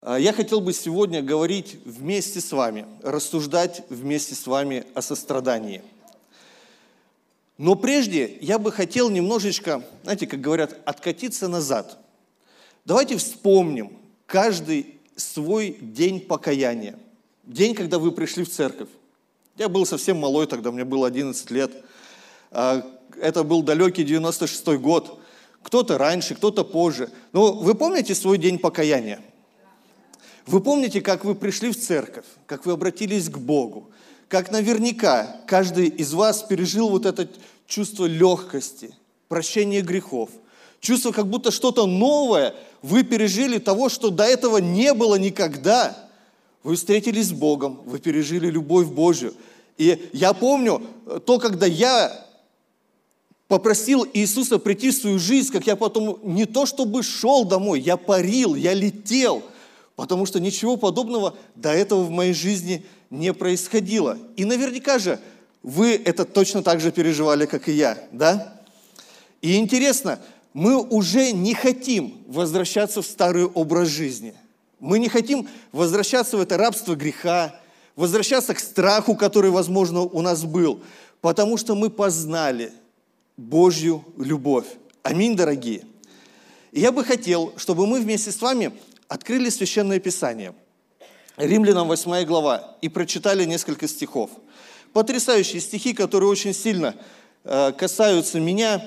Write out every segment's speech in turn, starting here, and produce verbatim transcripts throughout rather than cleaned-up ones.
Я хотел бы сегодня говорить вместе с вами, рассуждать вместе с вами о сострадании. Но прежде я бы хотел немножечко, знаете, как говорят, откатиться назад. Давайте вспомним каждый свой день покаяния. День, когда вы пришли в церковь. Я был совсем малой тогда, мне было одиннадцать лет. Это был далекий девяносто шестой год. Кто-то раньше, кто-то позже. Но вы помните свой день покаяния? Вы помните, как вы пришли в церковь, как вы обратились к Богу, как наверняка каждый из вас пережил вот это чувство легкости, прощения грехов, чувство, как будто что-то новое вы пережили того, что до этого не было никогда. Вы встретились с Богом, вы пережили любовь Божью. И я помню то, когда я попросил Иисуса прийти в свою жизнь, как я потом не то чтобы шел домой, я парил, я летел, потому что ничего подобного до этого в моей жизни не происходило. И наверняка же вы это точно так же переживали, как и я, да? И интересно, мы уже не хотим возвращаться в старый образ жизни. Мы не хотим возвращаться в это рабство греха, возвращаться к страху, который, возможно, у нас был, потому что мы познали Божью любовь. Аминь, дорогие. И я бы хотел, чтобы мы вместе с вами открыли Священное Писание, Римлянам восьмая глава, и прочитали несколько стихов. Потрясающие стихи, которые очень сильно э, касаются меня,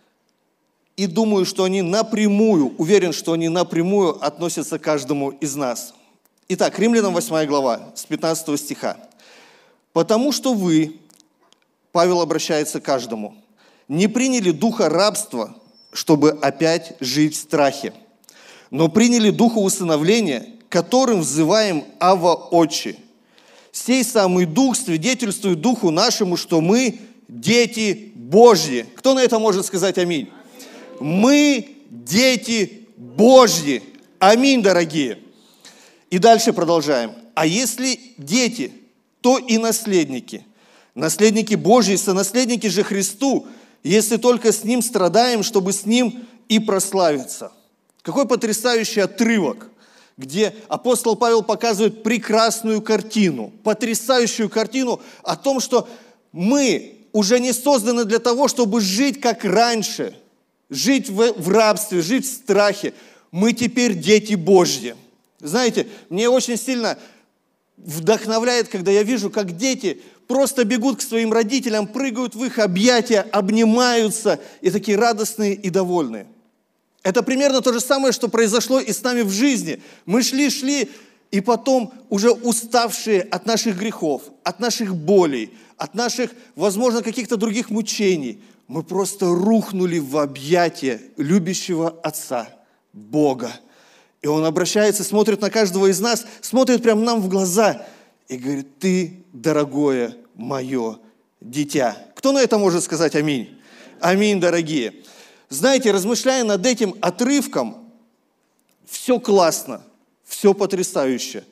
и думаю, что они напрямую, уверен, что они напрямую относятся к каждому из нас. Итак, Римлянам восьмая глава, с пятнадцатого стиха. «Потому что вы, Павел обращается к каждому, не приняли духа рабства, чтобы опять жить в страхе, но приняли духа усыновления, которым взываем Авва Отче. Сей самый дух свидетельствует духу нашему, что мы дети Божьи». Кто на это может сказать аминь? Мы дети Божьи. Аминь, дорогие. И дальше продолжаем. «А если дети, то и наследники. Наследники Божьи, сонаследники же Христу, если только с Ним страдаем, чтобы с Ним и прославиться». Какой потрясающий отрывок, где апостол Павел показывает прекрасную картину, потрясающую картину о том, что мы уже не созданы для того, чтобы жить как раньше, жить в, в рабстве, жить в страхе. Мы теперь дети Божьи. Знаете, мне очень сильно вдохновляет, когда я вижу, как дети просто бегут к своим родителям, прыгают в их объятия, обнимаются и такие радостные и довольные. Это примерно то же самое, что произошло и с нами в жизни. Мы шли-шли, и потом уже уставшие от наших грехов, от наших болей, от наших, возможно, каких-то других мучений, мы просто рухнули в объятия любящего Отца, Бога. И Он обращается, смотрит на каждого из нас, смотрит прямо нам в глаза и говорит: «Ты, дорогое мое дитя». Кто на это может сказать аминь? Аминь, дорогие. Знаете, размышляя над этим отрывком, все классно, все потрясающе.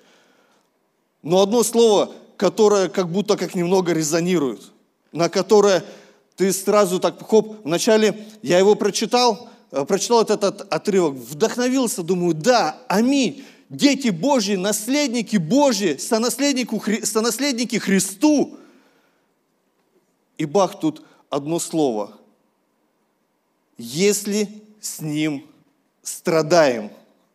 Но одно слово, которое как будто как немного резонирует, на которое ты сразу так, хоп, вначале я его прочитал, прочитал этот отрывок, вдохновился, думаю, да, аминь, дети Божьи, наследники Божьи, сонаследники, сонаследники Христу. И бах, тут одно слово. Если с Ним страдаем.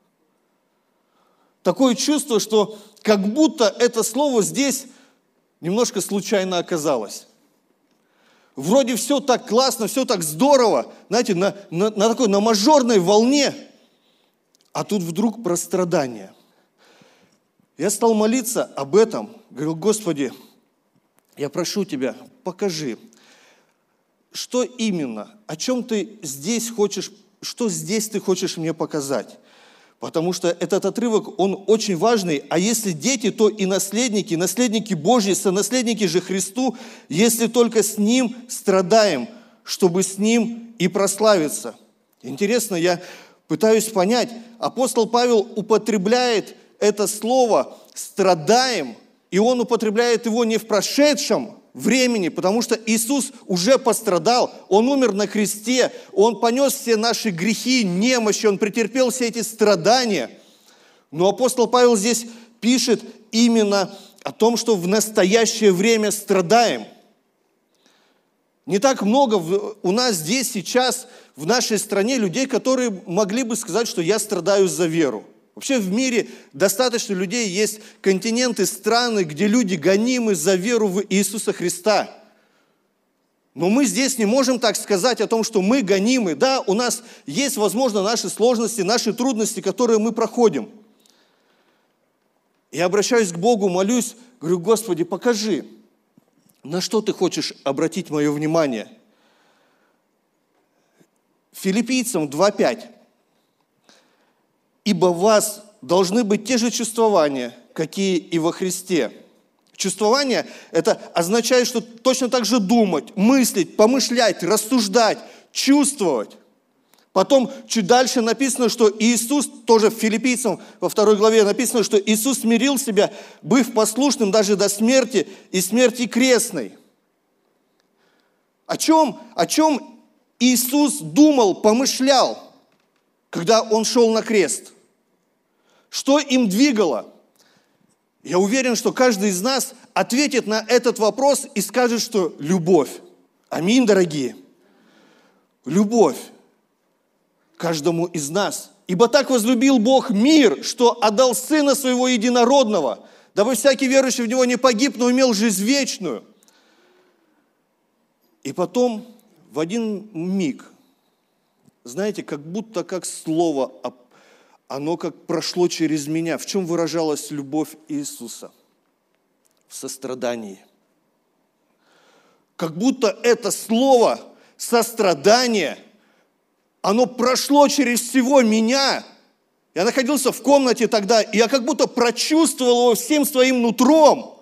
Такое чувство, что как будто это слово здесь немножко случайно оказалось. Вроде все так классно, все так здорово, знаете, на, на, на такой, на мажорной волне, а тут вдруг про страдания. Я стал молиться об этом, говорил: Господи, я прошу Тебя, покажи, что именно, о чем ты здесь хочешь, что здесь ты хочешь мне показать. Потому что этот отрывок, он очень важный. А если дети, то и наследники, наследники Божьи, сонаследники же Христу, если только с Ним страдаем, чтобы с Ним и прославиться. Интересно, я пытаюсь понять, апостол Павел употребляет это слово «страдаем», и он употребляет его не в прошедшем времени, потому что Иисус уже пострадал, Он умер на кресте, Он понес все наши грехи, немощи, Он претерпел все эти страдания. Но апостол Павел здесь пишет именно о том, что в настоящее время страдаем. Не так много у нас здесь сейчас, в нашей стране, людей, которые могли бы сказать, что я страдаю за веру. Вообще в мире достаточно людей, есть континенты, страны, где люди гонимы за веру в Иисуса Христа. Но мы здесь не можем так сказать о том, что мы гонимы. Да, у нас есть, возможно, наши сложности, наши трудности, которые мы проходим. Я обращаюсь к Богу, молюсь, говорю: Господи, покажи, на что Ты хочешь обратить мое внимание. Филиппийцам два пять. «Ибо в вас должны быть те же чувствования, какие и во Христе». Чувствование – это означает, что точно так же думать, мыслить, помышлять, рассуждать, чувствовать. Потом чуть дальше написано, что Иисус, тоже в Филиппийцам во второй главе написано, что Иисус смирил себя, быв послушным даже до смерти и смерти крестной. О чем, о чем Иисус думал, помышлял, когда Он шел на крест? Что им двигало? Я уверен, что каждый из нас ответит на этот вопрос и скажет, что любовь. Аминь, дорогие. Любовь каждому из нас. «Ибо так возлюбил Бог мир, что отдал Сына Своего Единородного, дабы всякий верующий в Него не погиб, но имел жизнь вечную». И потом в один миг, знаете, как будто как слово, оно как прошло через меня. В чем выражалась любовь Иисуса? В сострадании. Как будто это слово сострадание, оно прошло через всего меня. Я находился в комнате тогда, и я как будто прочувствовал его всем своим нутром.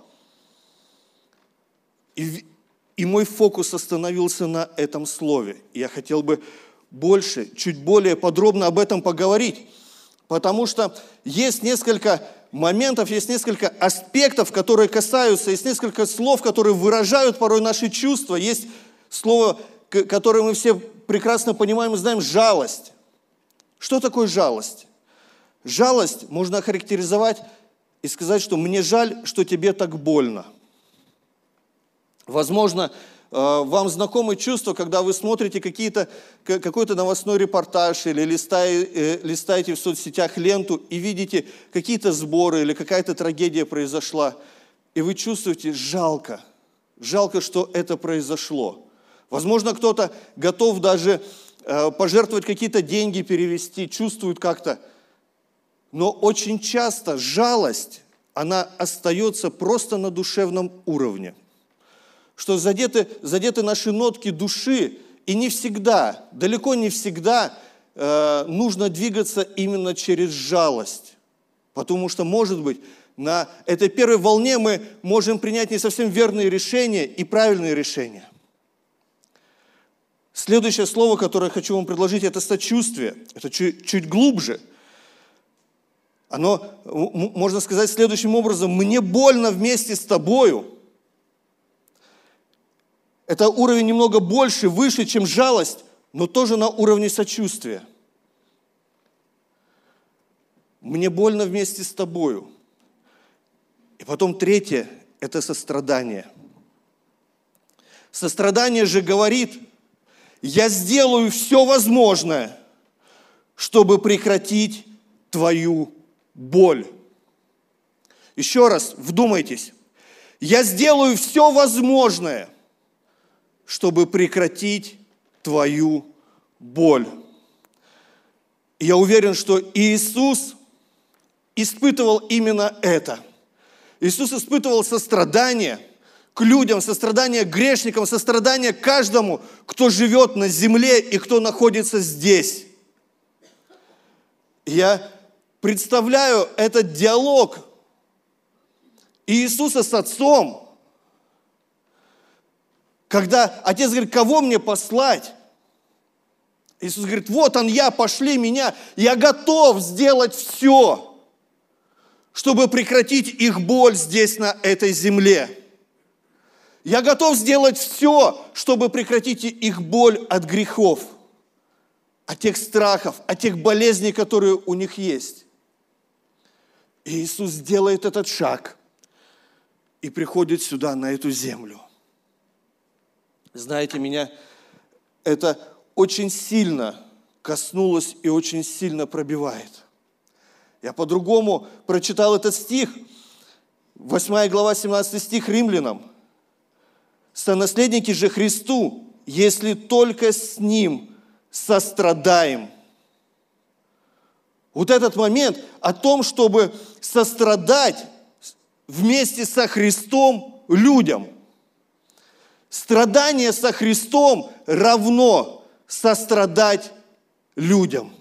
И, и мой фокус остановился на этом слове. И я хотел бы больше, чуть более подробно об этом поговорить. Потому что есть несколько моментов, есть несколько аспектов, которые касаются, есть несколько слов, которые выражают порой наши чувства. Есть слово, которое мы все прекрасно понимаем и знаем, жалость. Что такое жалость? Жалость можно охарактеризовать и сказать, что мне жаль, что тебе так больно. Возможно, вам знакомы чувства, когда вы смотрите какие-то, какой-то новостной репортаж или листаете, листаете в соцсетях ленту и видите какие-то сборы или какая-то трагедия произошла, и вы чувствуете жалко, жалко, что это произошло. Возможно, кто-то готов даже пожертвовать какие-то деньги, перевести, чувствует как-то. Но очень часто жалость, она остается просто на душевном уровне. Что задеты, задеты наши нотки души, и не всегда, далеко не всегда э, нужно двигаться именно через жалость. Потому что, может быть, на этой первой волне мы можем принять не совсем верные решения и правильные решения. Следующее слово, которое я хочу вам предложить, это сочувствие. Это чуть, чуть глубже. Оно, можно сказать следующим образом: «Мне больно вместе с тобою». Это уровень немного больше, выше, чем жалость, но тоже на уровне сочувствия. Мне больно вместе с тобою. И потом третье – это сострадание. Сострадание же говорит: я сделаю все возможное, чтобы прекратить твою боль. Еще раз вдумайтесь. Я сделаю все возможное, чтобы прекратить твою боль. И я уверен, что Иисус испытывал именно это. Иисус испытывал сострадание к людям, сострадание к грешникам, сострадание к каждому, кто живет на земле и кто находится здесь. Я представляю этот диалог Иисуса с Отцом, когда Отец говорит: кого мне послать? Иисус говорит: вот он я, пошли меня. Я готов сделать все, чтобы прекратить их боль здесь, на этой земле. Я готов сделать все, чтобы прекратить их боль от грехов, от тех страхов, от тех болезней, которые у них есть. И Иисус делает этот шаг и приходит сюда, на эту землю. Знаете, меня это очень сильно коснулось и очень сильно пробивает. Я по-другому прочитал этот стих, восьмая глава, семнадцатый стих Римлянам. «Сонаследники же Христу, если только с Ним сострадаем». Вот этот момент о том, чтобы сострадать вместе со Христом людям. Страдание со Христом равно сострадать людям.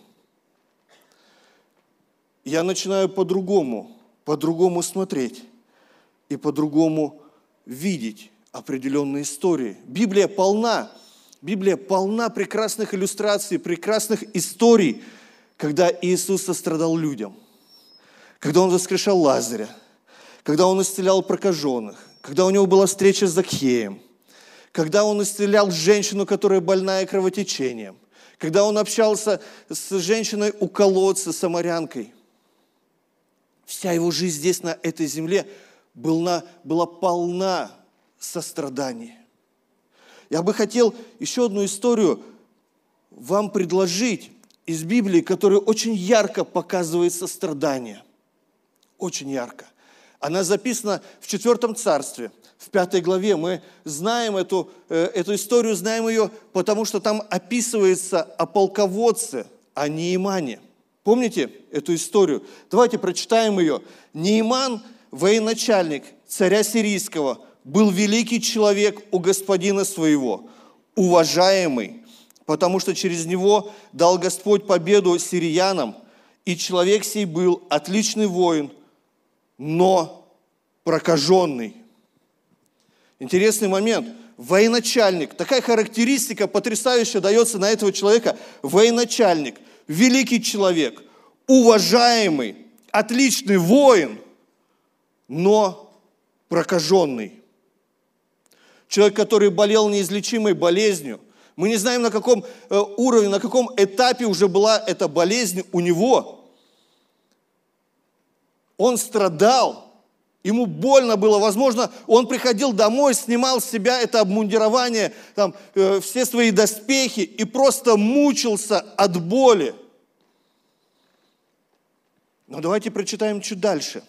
Я начинаю по-другому, по-другому смотреть и по-другому видеть определенные истории. Библия полна, Библия полна прекрасных иллюстраций, прекрасных историй, когда Иисус сострадал людям, когда Он воскрешал Лазаря, когда Он исцелял прокаженных, когда у Него была встреча с Закхеем, когда Он исцелял женщину, которая больная кровотечением, когда Он общался с женщиной у колодца, самарянкой. Вся Его жизнь здесь, на этой земле, была, была полна состраданий. Я бы хотел еще одну историю вам предложить из Библии, которая очень ярко показывает сострадание. Очень ярко. Она записана в четвертом царстве, в пятой главе. Мы знаем эту, эту историю, знаем ее, потому что там описывается о полководце, о Неимане. Помните эту историю? Давайте прочитаем ее. Неиман, военачальник царя сирийского, был великий человек у господина своего, уважаемый, потому что через него дал Господь победу сириянам, и человек сей был отличный воин, но прокаженный. Интересный момент. Военачальник. Такая характеристика потрясающая дается на этого человека. Военачальник, великий человек, уважаемый, отличный воин, но прокаженный. Человек, который болел неизлечимой болезнью. Мы не знаем, на каком уровне, на каком этапе уже была эта болезнь у него. Он страдал, ему больно было. Возможно, он приходил домой, снимал с себя это обмундирование, там, э, все свои доспехи и просто мучился от боли. Но давайте прочитаем чуть дальше.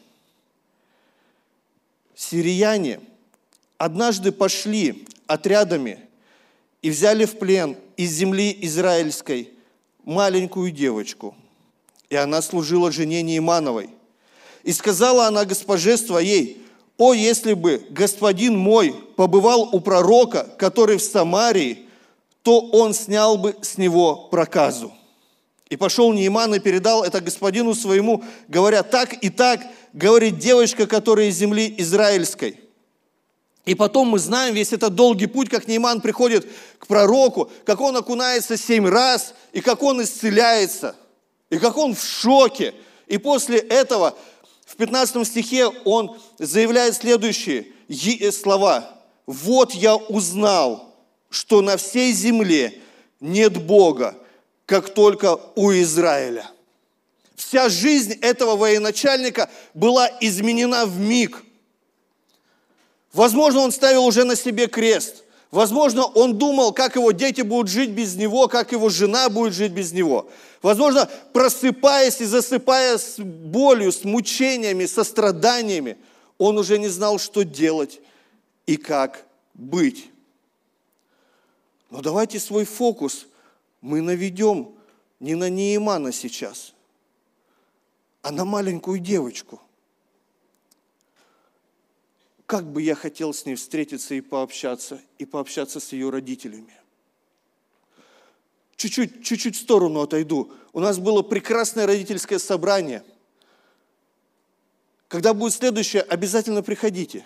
Сирияне однажды пошли отрядами и взяли в плен из земли израильской маленькую девочку, и она служила жене Неимановой. И сказала она госпоже своей: «О, если бы господин мой побывал у пророка, который в Самарии, то он снял бы с него проказу». И пошел Неиман и передал это господину своему, говоря: «Так и так, говорит девочка, которая из земли израильской». И потом мы знаем весь этот долгий путь, как Неиман приходит к пророку, как он окунается семь раз, и как он исцеляется, и как он в шоке. И после этого в пятнадцатом стихе он заявляет следующие слова: «Вот я узнал, что на всей земле нет Бога, как только у Израиля». Вся жизнь этого военачальника была изменена вмиг. Возможно, он ставил уже на себе крест. Возможно, он думал, как его дети будут жить без него, как его жена будет жить без него. Возможно, просыпаясь и засыпая с болью, с мучениями, со страданиями, он уже не знал, что делать и как быть. Но давайте свой фокус мы наведем не на Неимана сейчас, а на маленькую девочку. Как бы я хотел с ней встретиться и пообщаться, и пообщаться с ее родителями. Чуть-чуть, чуть-чуть в сторону отойду. У нас было прекрасное родительское собрание. Когда будет следующее, обязательно приходите.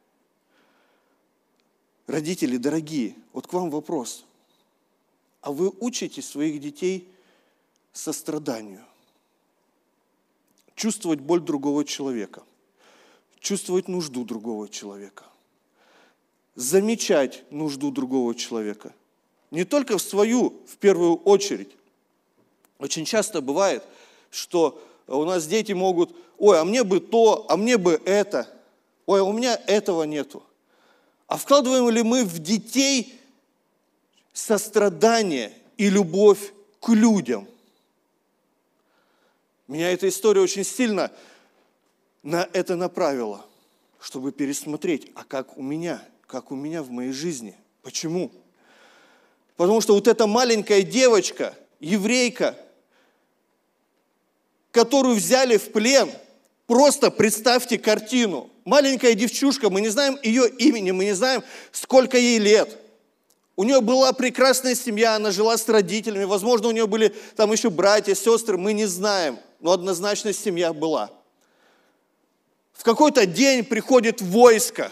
Родители, дорогие, вот к вам вопрос. А вы учите своих детей состраданию? Чувствовать боль другого человека. Чувствовать нужду другого человека. Замечать нужду другого человека. Не только в свою, в первую очередь. Очень часто бывает, что у нас дети могут, ой, а мне бы то, а мне бы это, ой, а у меня этого нету. А вкладываем ли мы в детей сострадание и любовь к людям? Меня эта история очень сильно на это направила, чтобы пересмотреть, а как у меня, как у меня в моей жизни. Почему? Потому что вот эта маленькая девочка, еврейка, которую взяли в плен, просто представьте картину. Маленькая девчушка, мы не знаем ее имени, мы не знаем, сколько ей лет. У нее была прекрасная семья, она жила с родителями, возможно, у нее были там еще братья, сестры, мы не знаем, но однозначно семья была. В какой-то день приходит войско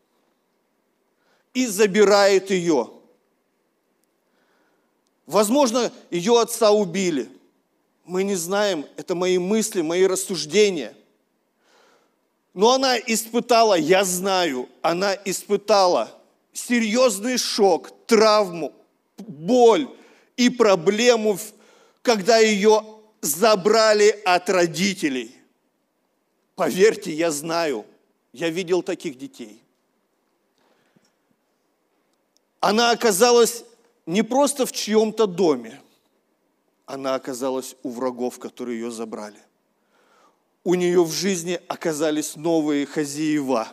и забирает ее. Возможно, ее отца убили. Мы не знаем, это мои мысли, мои рассуждения. Но она испытала, я знаю, она испытала серьезный шок, травму, боль и проблему, когда ее забрали от родителей. Поверьте, я знаю, я видел таких детей. Она оказалась не просто в чьем-то доме, она оказалась у врагов, которые ее забрали. У нее в жизни оказались новые хозяева.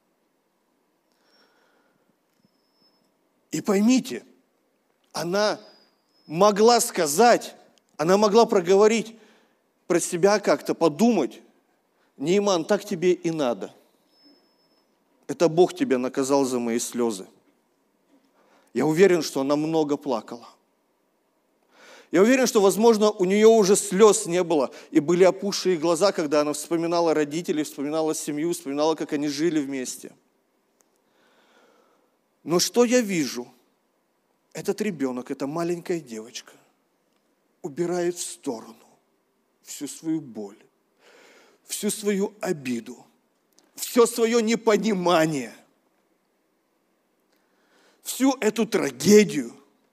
И поймите, она могла сказать, она могла проговорить про себя как-то, подумать, Нейман, так тебе и надо. Это Бог тебя наказал за мои слезы. Я уверен, что она много плакала. Я уверен, что, возможно, у нее уже слез не было, и были опухшие глаза, когда она вспоминала родителей, вспоминала семью, вспоминала, как они жили вместе. Но что я вижу? Этот ребенок, эта маленькая девочка убирает в сторону всю свою боль, всю свою обиду, все свое непонимание, всю эту трагедию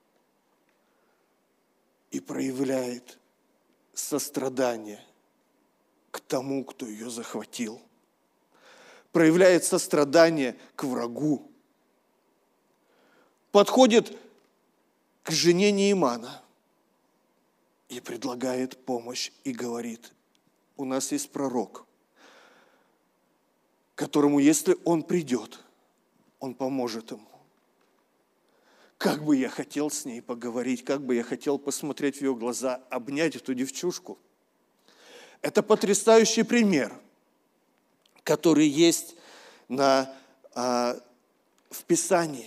и проявляет сострадание к тому, кто ее захватил. Проявляет сострадание к врагу. Подходит к жене Неймана и предлагает помощь и говорит, у нас есть пророк, которому, если он придет, он поможет ему. Как бы я хотел с ней поговорить, как бы я хотел посмотреть в ее глаза, обнять эту девчушку. Это потрясающий пример, который есть на, а, в Писании.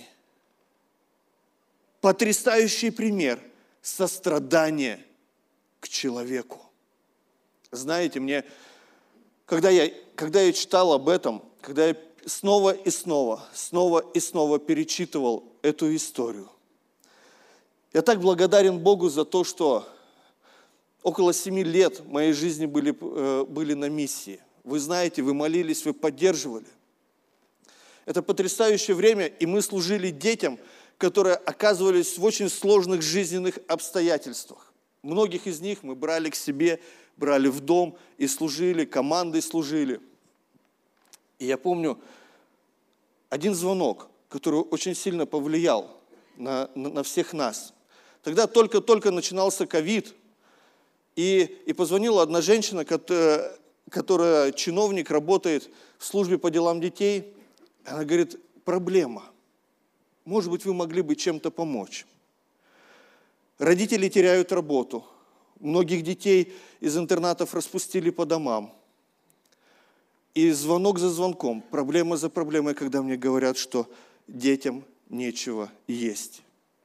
Потрясающий пример сострадания к человеку. Знаете, мне, когда я, когда я читал об этом, когда я снова и снова, снова и снова перечитывал эту историю, я так благодарен Богу за то, что около семи лет моей жизни были, были на миссии. Вы знаете, вы молились, вы поддерживали. Это потрясающее время, и мы служили детям, которые оказывались в очень сложных жизненных обстоятельствах. Многих из них мы брали к себе, брали в дом и служили, командой служили. И я помню один звонок, который очень сильно повлиял на, на, на всех нас. Тогда только-только начинался ковид, и, и позвонила одна женщина, которая, которая чиновник, работает в службе по делам детей. Она говорит, проблема. Может быть, вы могли бы чем-то помочь. Родители теряют работу. Многих детей из интернатов распустили по домам. И звонок за звонком, проблема за проблемой, когда мне говорят, что детям нечего есть.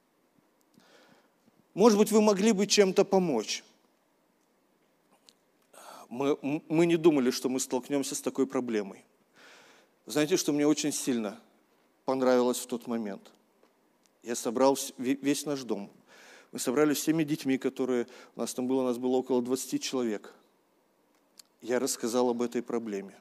Может быть, вы могли бы чем-то помочь. Мы, мы не думали, что мы столкнемся с такой проблемой. Знаете, что мне очень сильно понравилось в тот момент? Я собрал весь наш дом. Мы собрали всеми детьми, которые у нас там было, у нас было около двадцати человек. Я рассказал об этой проблеме.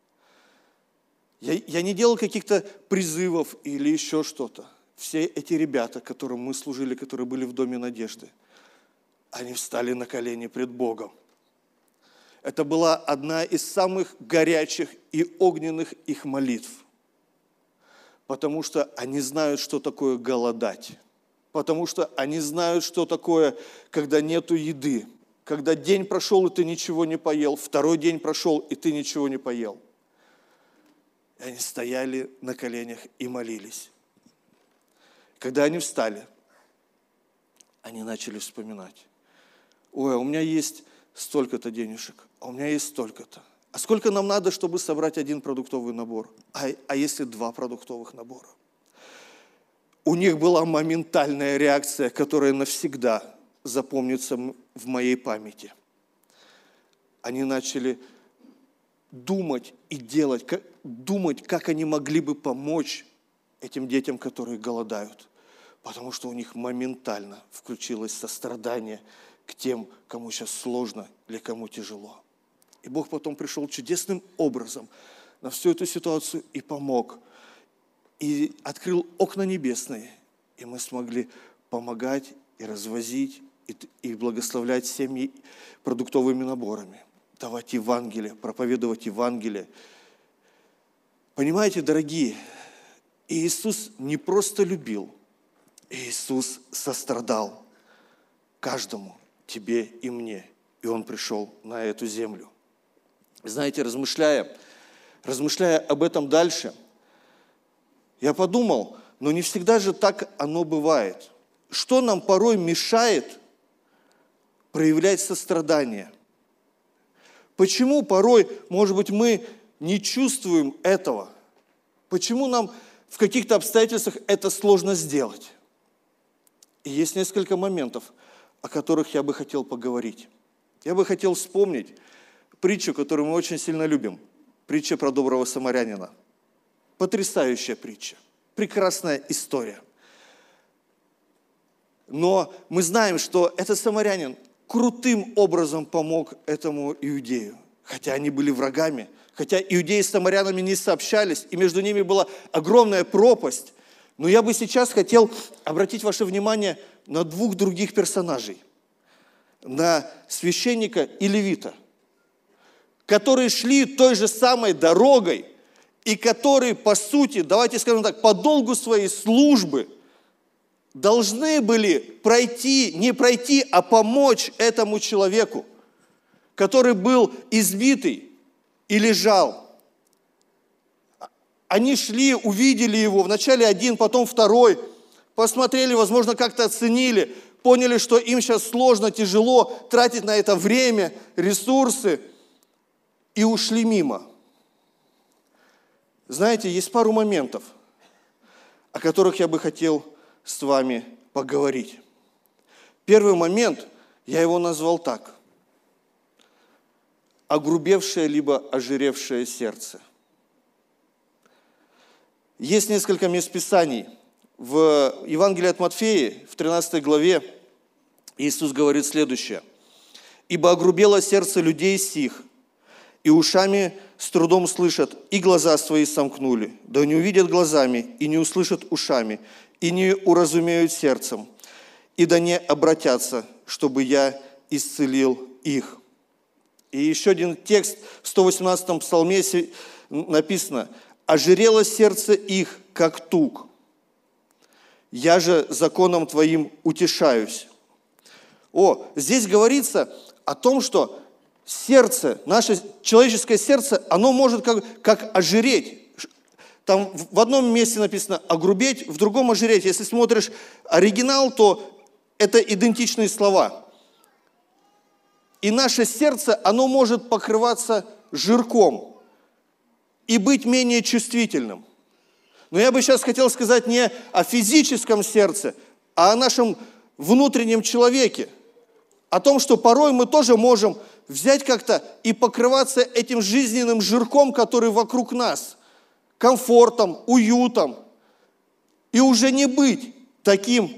Я, я не делал каких-то призывов или еще что-то. Все эти ребята, которым мы служили, которые были в Доме Надежды, они встали на колени пред Богом. Это была одна из самых горячих и огненных их молитв. Потому что они знают, что такое голодать. Потому что они знают, что такое, когда нету еды. Когда день прошел, и ты ничего не поел. Второй день прошел, и ты ничего не поел. И они стояли на коленях и молились. Когда они встали, они начали вспоминать. Ой, а у меня есть столько-то денежек, а у меня есть столько-то. А сколько нам надо, чтобы собрать один продуктовый набор? А, а если два продуктовых набора? У них была моментальная реакция, которая навсегда запомнится в моей памяти. Они начали думать и делать, как, думать, как они могли бы помочь этим детям, которые голодают. Потому что у них моментально включилось сострадание к тем, кому сейчас сложно или кому тяжело. И Бог потом пришел чудесным образом на всю эту ситуацию и помог. И открыл окна небесные. И мы смогли помогать и развозить, и, и благословлять семьи продуктовыми наборами. Давать Евангелие, проповедовать Евангелие. Понимаете, дорогие, Иисус не просто любил, Иисус сострадал каждому, тебе и мне. И Он пришел на эту землю. Знаете, размышляя, размышляя об этом дальше, я подумал, но не всегда же так оно бывает. Что нам порой мешает проявлять сострадание? Почему порой, может быть, мы не чувствуем этого? Почему нам в каких-то обстоятельствах это сложно сделать? И есть несколько моментов, о которых я бы хотел поговорить. Я бы хотел вспомнить притчу, которую мы очень сильно любим. Притча про доброго самарянина. Потрясающая притча. Прекрасная история. Но мы знаем, что этот самарянин крутым образом помог этому иудею. Хотя они были врагами, хотя иудеи с самарянами не сообщались, и между ними была огромная пропасть. Но я бы сейчас хотел обратить ваше внимание на двух других персонажей. На священника и левита, которые шли той же самой дорогой, и которые, по сути, давайте скажем так, по долгу своей службы должны были пройти, не пройти, а помочь этому человеку, который был избитый и лежал. Они шли, увидели его, вначале один, потом второй, посмотрели, возможно, как-то оценили, поняли, что им сейчас сложно, тяжело тратить на это время, ресурсы, и ушли мимо. Знаете, есть пару моментов, о которых я бы хотел с вами поговорить. Первый момент, я его назвал так. Огрубевшее либо ожиревшее сердце. Есть несколько мест Писаний. В Евангелии от Матфея, в тринадцатой главе, Иисус говорит следующее. «Ибо огрубело сердце людей сих, и ушами с трудом слышат, и глаза свои сомкнули, да не увидят глазами, и не услышат ушами, и не уразумеют сердцем, и да не обратятся, чтобы я исцелил их». И еще один текст в сто восемнадцатом псалме написано: «Ожирело сердце их, как тук, я же законом Твоим утешаюсь». О, здесь говорится о том, что сердце, наше человеческое сердце, оно может как, как ожиреть. Там в одном месте написано «огрубеть», в другом «ожиреть». Если смотришь оригинал, то это идентичные слова. И наше сердце, оно может покрываться жирком и быть менее чувствительным. Но я бы сейчас хотел сказать не о физическом сердце, а о нашем внутреннем человеке. О том, что порой мы тоже можем взять как-то и покрываться этим жизненным жирком, который вокруг нас, комфортом, уютом, и уже не быть таким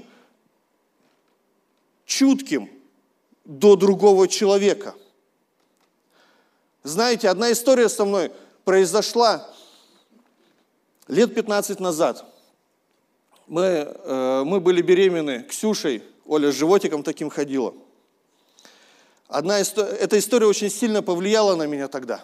чутким до другого человека. Знаете, одна история со мной произошла лет пятнадцать назад. Мы, э, мы были беременны Ксюшей, Оля с животиком таким ходила. Одна история, эта история очень сильно повлияла на меня тогда.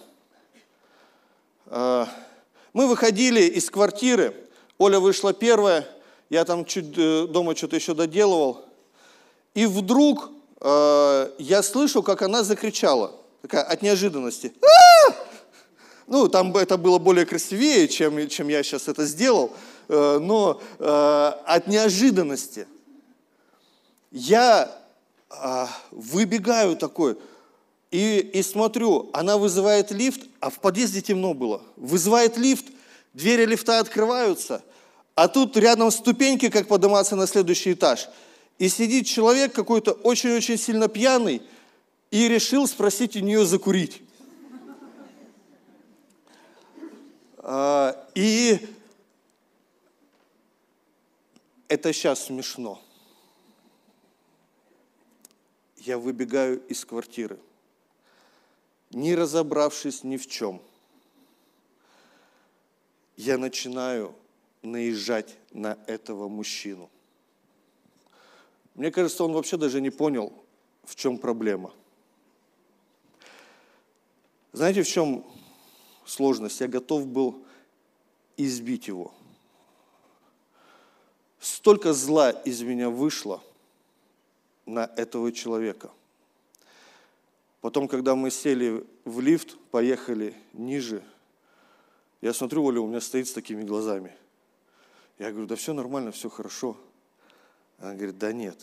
Мы выходили из квартиры, Оля вышла первая, я там чуть дома что-то еще доделывал. И вдруг э, я слышу, как она закричала, такая от неожиданности. А-а-а! Ну, там это было более красивее, чем, чем я сейчас это сделал, э, но э, от неожиданности я э, выбегаю такой и, и смотрю, она вызывает лифт, а в подъезде темно было. Вызывает лифт, двери лифта открываются, а тут рядом ступеньки, как подниматься на следующий этаж. И сидит человек какой-то очень-очень сильно пьяный и решил спросить у нее закурить. И это сейчас смешно. Я выбегаю из квартиры, не разобравшись ни в чем. Я начинаю наезжать на этого мужчину. Мне кажется, он вообще даже не понял, в чем проблема. Знаете, в чем сложность? Я готов был избить его. Столько зла из меня вышло на этого человека. Потом, когда мы сели в лифт, поехали ниже, я смотрю, Оля у меня стоит с такими глазами. Я говорю, да все нормально, все хорошо. Она говорит, да нет,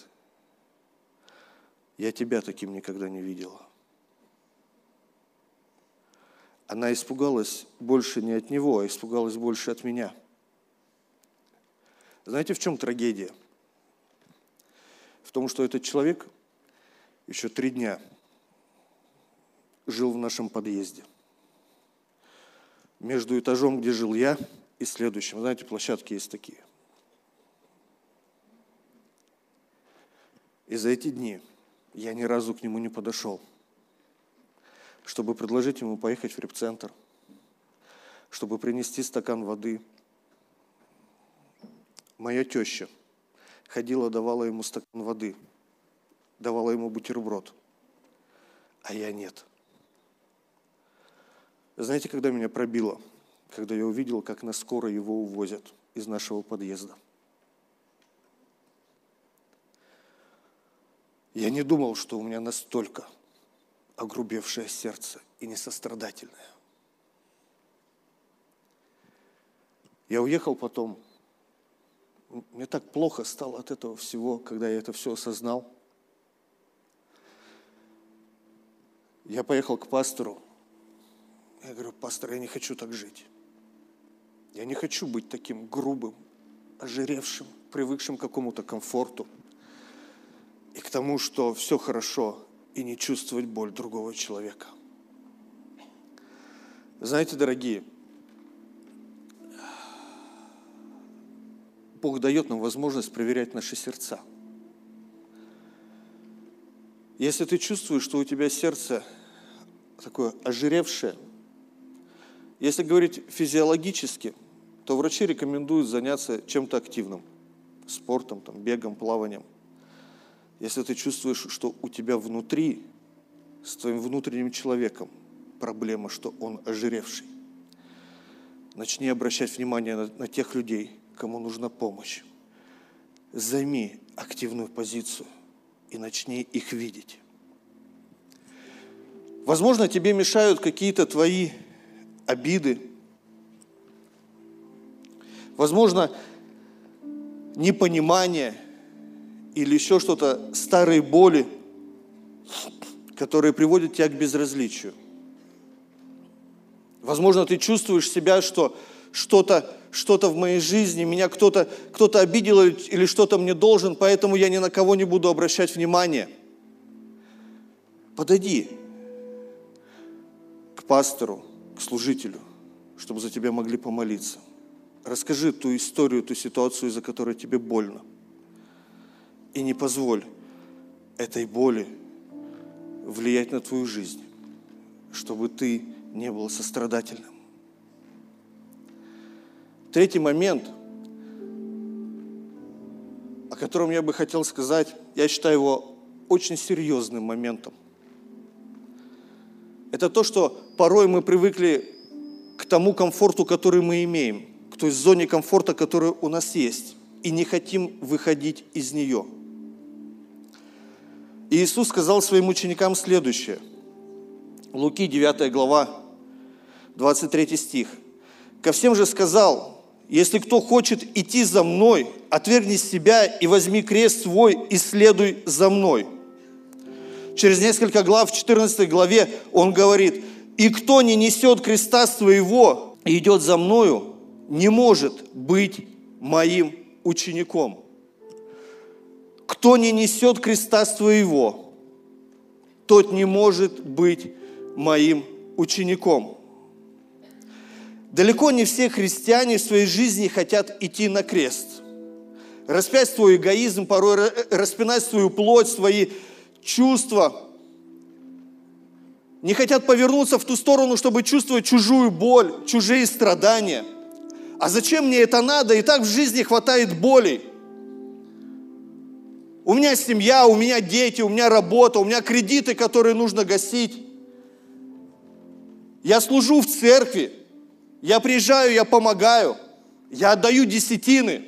я тебя таким никогда не видела. Она испугалась больше не от него, а испугалась больше от меня. Знаете, в чем трагедия? В том, что этот человек еще три дня жил в нашем подъезде. Между этажом, где жил я, и следующим. Знаете, площадки есть такие. И за эти дни я ни разу к нему не подошел, чтобы предложить ему поехать в репцентр, чтобы принести стакан воды. Моя теща ходила, давала ему стакан воды, давала ему бутерброд, а я нет. Знаете, когда меня пробило? Когда я увидел, как на скорой его увозят из нашего подъезда. Я не думал, что у меня настолько огрубевшее сердце и несострадательное. Я уехал потом. Мне так плохо стало от этого всего, когда я это все осознал. Я поехал к пастору. Я говорю, пастор, я не хочу так жить. Я не хочу быть таким грубым, ожиревшим, привыкшим к какому-то комфорту и к тому, что все хорошо, и не чувствовать боль другого человека. Знаете, дорогие, Бог дает нам возможность проверять наши сердца. Если ты чувствуешь, что у тебя сердце такое ожиревшее, если говорить физиологически, то врачи рекомендуют заняться чем-то активным, спортом, там, бегом, плаванием. Если ты чувствуешь, что у тебя внутри, с твоим внутренним человеком, проблема, что он ожиревший, начни обращать внимание на, на тех людей, кому нужна помощь. Займи активную позицию и начни их видеть. Возможно, тебе мешают какие-то твои обиды. Возможно, непонимание или еще что-то, старые боли, которые приводят тебя к безразличию. Возможно, ты чувствуешь себя, что что-то, что-то в моей жизни, меня кто-то, кто-то обидел или что-то мне должен, поэтому я ни на кого не буду обращать внимание. Подойди к пастору, к служителю, чтобы за тебя могли помолиться. Расскажи ту историю, ту ситуацию, из-за которой тебе больно. И не позволь этой боли влиять на твою жизнь, чтобы ты не был сострадательным. Третий момент, о котором я бы хотел сказать, я считаю его очень серьезным моментом. это то, что порой мы привыкли к тому комфорту, который мы имеем, к той зоне комфорта, которая у нас есть, и не хотим выходить из нее. И Иисус сказал своим ученикам следующее. Луки, девятая глава, двадцать третий стих. «Ко всем же сказал: если кто хочет идти за мной, отвергни себя и возьми крест свой и следуй за мной». Через несколько глав, в четырнадцатой главе, он говорит: «И кто не несет креста своего и идет за мною, не может быть моим учеником». Кто не несет креста своего, тот не может быть моим учеником. Далеко не все христиане в своей жизни хотят идти на крест, распять свой эгоизм, порой распинать свою плоть, свои чувства. Не хотят повернуться в ту сторону, чтобы чувствовать чужую боль, чужие страдания. А зачем мне это надо? И так в жизни хватает болей. У меня семья, у меня дети, у меня работа, у меня кредиты, которые нужно гасить. Я служу в церкви, я приезжаю, я помогаю, я отдаю десятины.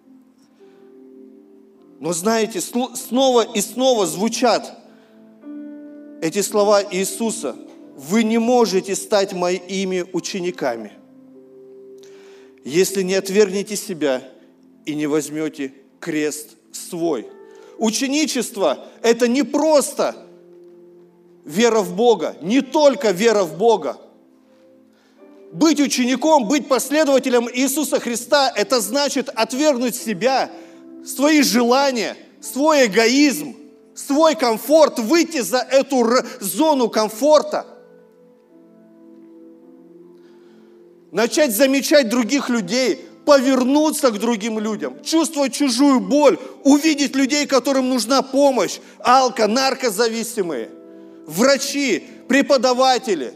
Но знаете, снова и снова звучат эти слова Иисуса: «Вы не можете стать моими учениками, если не отвергнете себя и не возьмете крест свой». Ученичество – это не просто вера в Бога, не только вера в Бога. Быть учеником, быть последователем Иисуса Христа – это значит отвергнуть себя, свои желания, свой эгоизм, свой комфорт, выйти за эту зону комфорта, начать замечать других людей, повернуться к другим людям, чувствовать чужую боль, увидеть людей, которым нужна помощь, алко-, наркозависимые, врачи, преподаватели,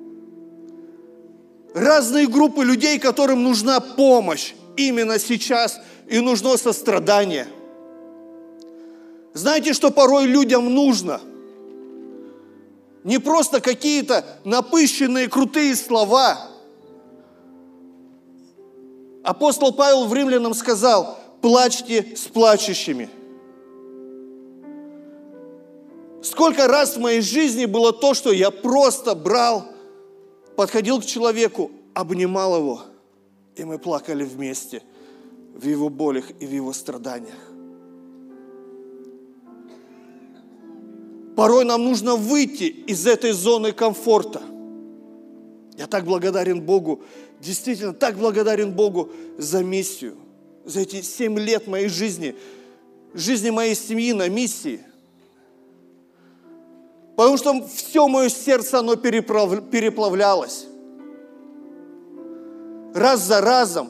разные группы людей, которым нужна помощь именно сейчас и нужно сострадание. Знаете, что порой людям нужно? Не просто какие-то напыщенные крутые слова. Апостол Павел в Римлянам сказал: «Плачьте с плачущими». Сколько раз в моей жизни было то, что я просто брал, подходил к человеку, обнимал его, и мы плакали вместе в его болях и в его страданиях. Порой нам нужно выйти из этой зоны комфорта. Я так благодарен Богу, действительно так благодарен Богу за миссию, за эти семь лет моей жизни, жизни моей семьи на миссии. Потому что все мое сердце, оно переплав... переплавлялось. Раз за разом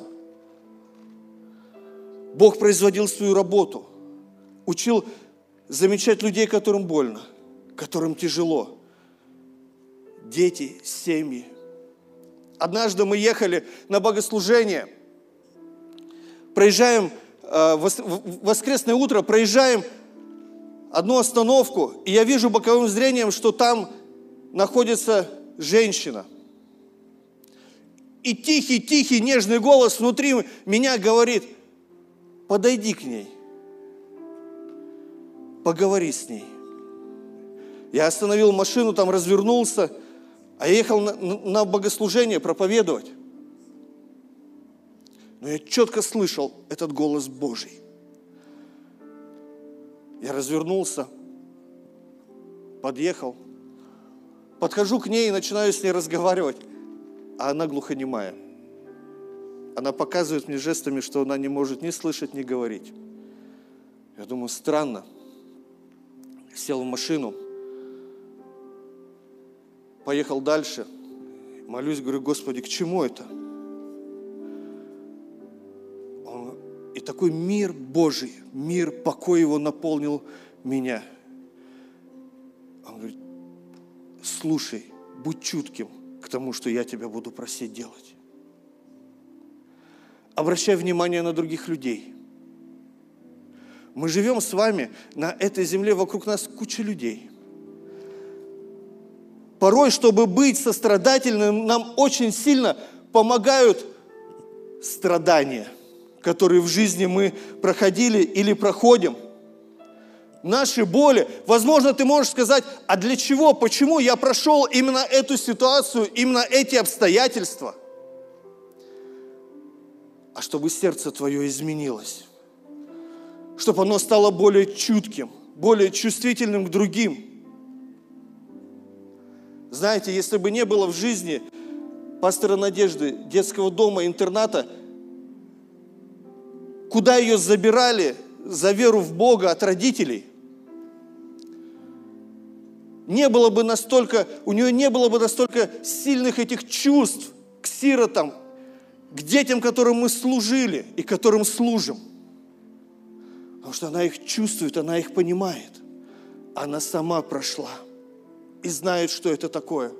Бог производил свою работу, учил замечать людей, которым больно, которым тяжело. Дети, семьи. Однажды мы ехали на богослужение, проезжаем, э, в воскресное утро проезжаем одну остановку, и я вижу боковым зрением, что там находится женщина. И тихий-тихий нежный голос внутри меня говорит: подойди к ней, поговори с ней. Я остановил машину, там развернулся, а я ехал на, на богослужение проповедовать. Но я четко слышал этот голос Божий. Я развернулся, подъехал, подхожу к ней и начинаю с ней разговаривать, а она глухонемая. Она показывает мне жестами, что она не может ни слышать, ни говорить. Я думаю, странно. Сел в машину, поехал дальше, молюсь, говорю: Господи, к чему это? Он, и такой мир Божий, мир, покой его наполнил меня. Он говорит: слушай, будь чутким к тому, что я тебя буду просить делать. Обращай внимание на других людей. Мы живем с вами на этой земле, вокруг нас куча людей. Порой, чтобы быть сострадательным, нам очень сильно помогают страдания, которые в жизни мы проходили или проходим. Наши боли. Возможно, ты можешь сказать, а для чего, почему я прошел именно эту ситуацию, именно эти обстоятельства? А чтобы сердце твое изменилось, чтобы оно стало более чутким, более чувствительным к другим. Знаете, если бы не было в жизни пастора Надежды, детского дома, интерната, куда ее забирали за веру в Бога от родителей, не было бы настолько, у нее не было бы настолько сильных этих чувств к сиротам, к детям, которым мы служили и которым служим. Потому что она их чувствует, она их понимает. Она сама прошла и знает, что это такое.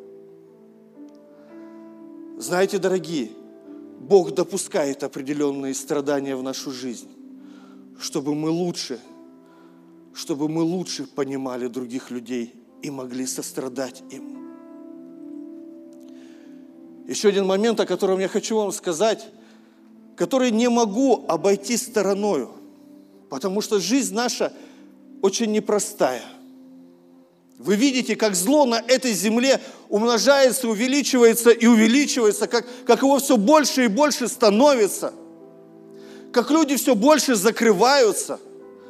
Знаете, дорогие, Бог допускает определенные страдания в нашу жизнь, чтобы мы лучше, чтобы мы лучше понимали других людей и могли сострадать им. Еще один момент, о котором я хочу вам сказать, который не могу обойти стороною, потому что жизнь наша очень непростая. Вы видите, как зло на этой земле умножается, увеличивается и увеличивается, как, как его все больше и больше становится, как люди все больше закрываются.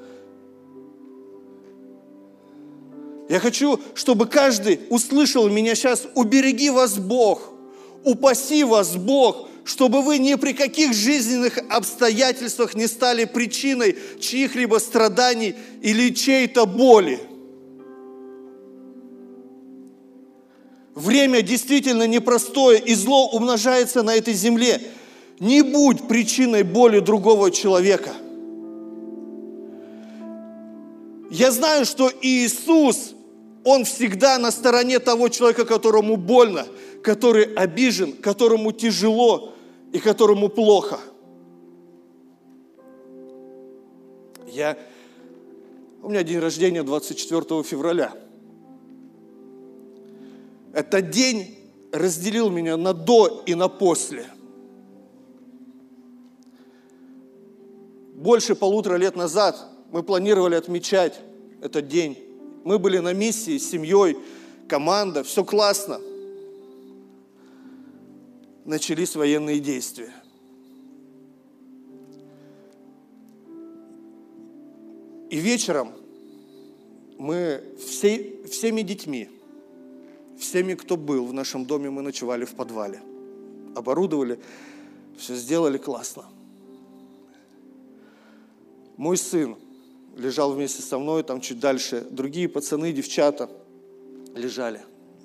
Я хочу, чтобы каждый услышал меня сейчас: убереги вас Бог, упаси вас Бог, чтобы вы ни при каких жизненных обстоятельствах не стали причиной чьих-либо страданий или чьей-то боли. Время действительно непростое, и зло умножается на этой земле. Не будь причиной боли другого человека. Я знаю, что Иисус, Он всегда на стороне того человека, которому больно, который обижен, которому тяжело и которому плохо. Я... У меня день рождения двадцать четвёртого февраля. Этот день разделил меня на до и на после. Больше полутора лет назад мы планировали отмечать этот день. Мы были на миссии с семьей, команда, все классно. Начались военные действия. И вечером мы всей, всеми детьми, всеми, кто был в нашем доме, мы ночевали в подвале. Оборудовали, все сделали классно. Мой сын лежал вместе со мной, там чуть дальше другие пацаны, девчата лежали.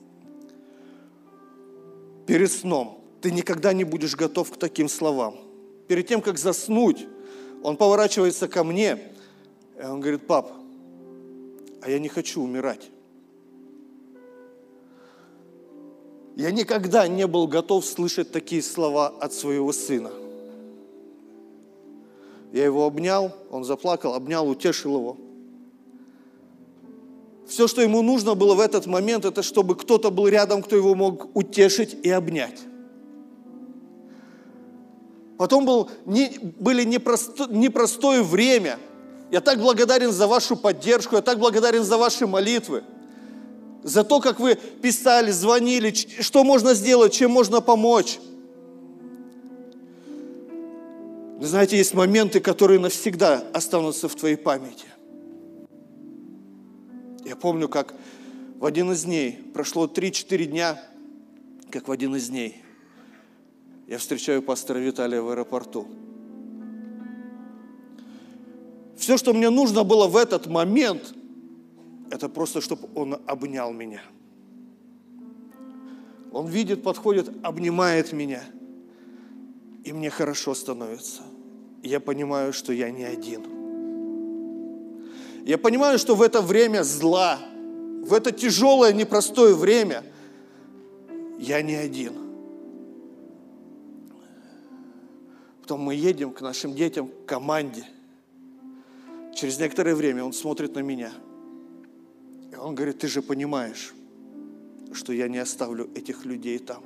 Перед сном ты никогда не будешь готов к таким словам. Перед тем, как заснуть, он поворачивается ко мне, и он говорит: пап, а я не хочу умирать. Я никогда не был готов слышать такие слова от своего сына. Я его обнял, он заплакал, обнял, утешил его. Все, что ему нужно было в этот момент, это чтобы кто-то был рядом, кто его мог утешить и обнять. Потом был, не, были непросто, непростое время. Я так благодарен за вашу поддержку, я так благодарен за ваши молитвы, за то, как вы писали, звонили, что можно сделать, чем можно помочь. Вы знаете, есть моменты, которые навсегда останутся в твоей памяти. Я помню, как в один из дней, прошло три-четыре дня, как в один из дней, я встречаю пастора Виталия в аэропорту. Все, что мне нужно было в этот момент, это просто, чтобы он обнял меня. Он видит, подходит, обнимает меня. И мне хорошо становится. И я понимаю, что я не один. Я понимаю, что в это время зла, в это тяжелое, непростое время, я не один. Потом мы едем к нашим детям, к команде. Через некоторое время он смотрит на меня. И он говорит: ты же понимаешь, что я не оставлю этих людей там.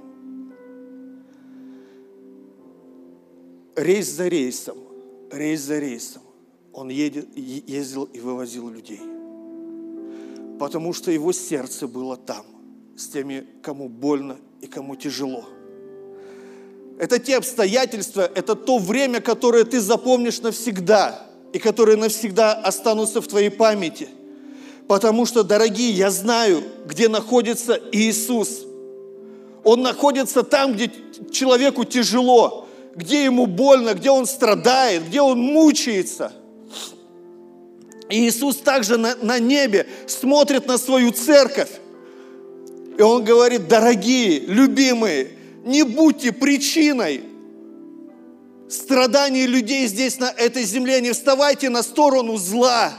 Рейс за рейсом, рейс за рейсом он едет, ездил и вывозил людей. Потому что его сердце было там, с теми, кому больно и кому тяжело. Это те обстоятельства, это то время, которое ты запомнишь навсегда и которые навсегда останутся в твоей памяти. Потому что, дорогие, я знаю, где находится Иисус. Он находится там, где человеку тяжело, где ему больно, где он страдает, где он мучается. И Иисус также на, на небе смотрит на свою церковь. И Он говорит: дорогие, любимые, не будьте причиной страданий людей здесь, на этой земле. Не вставайте на сторону зла.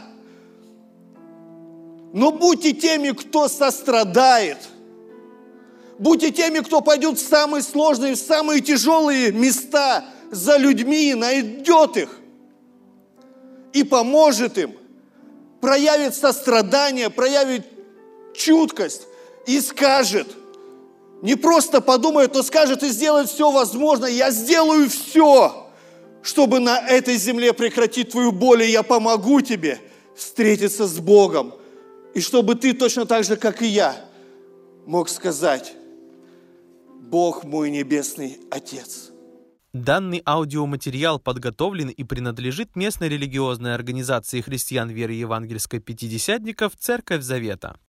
Но будьте теми, кто сострадает. Будьте теми, кто пойдет в самые сложные, в самые тяжелые места за людьми, найдет их и поможет им, проявит сострадание, проявит чуткость и скажет, не просто подумает, но скажет и сделает все возможное. Я сделаю все, чтобы на этой земле прекратить твою боль, и я помогу тебе встретиться с Богом. И чтобы ты точно так же, как и я, мог сказать: Бог мой небесный Отец. Данный аудиоматериал подготовлен и принадлежит местной религиозной организации христиан веры евангельской пятидесятников «Церковь Завета».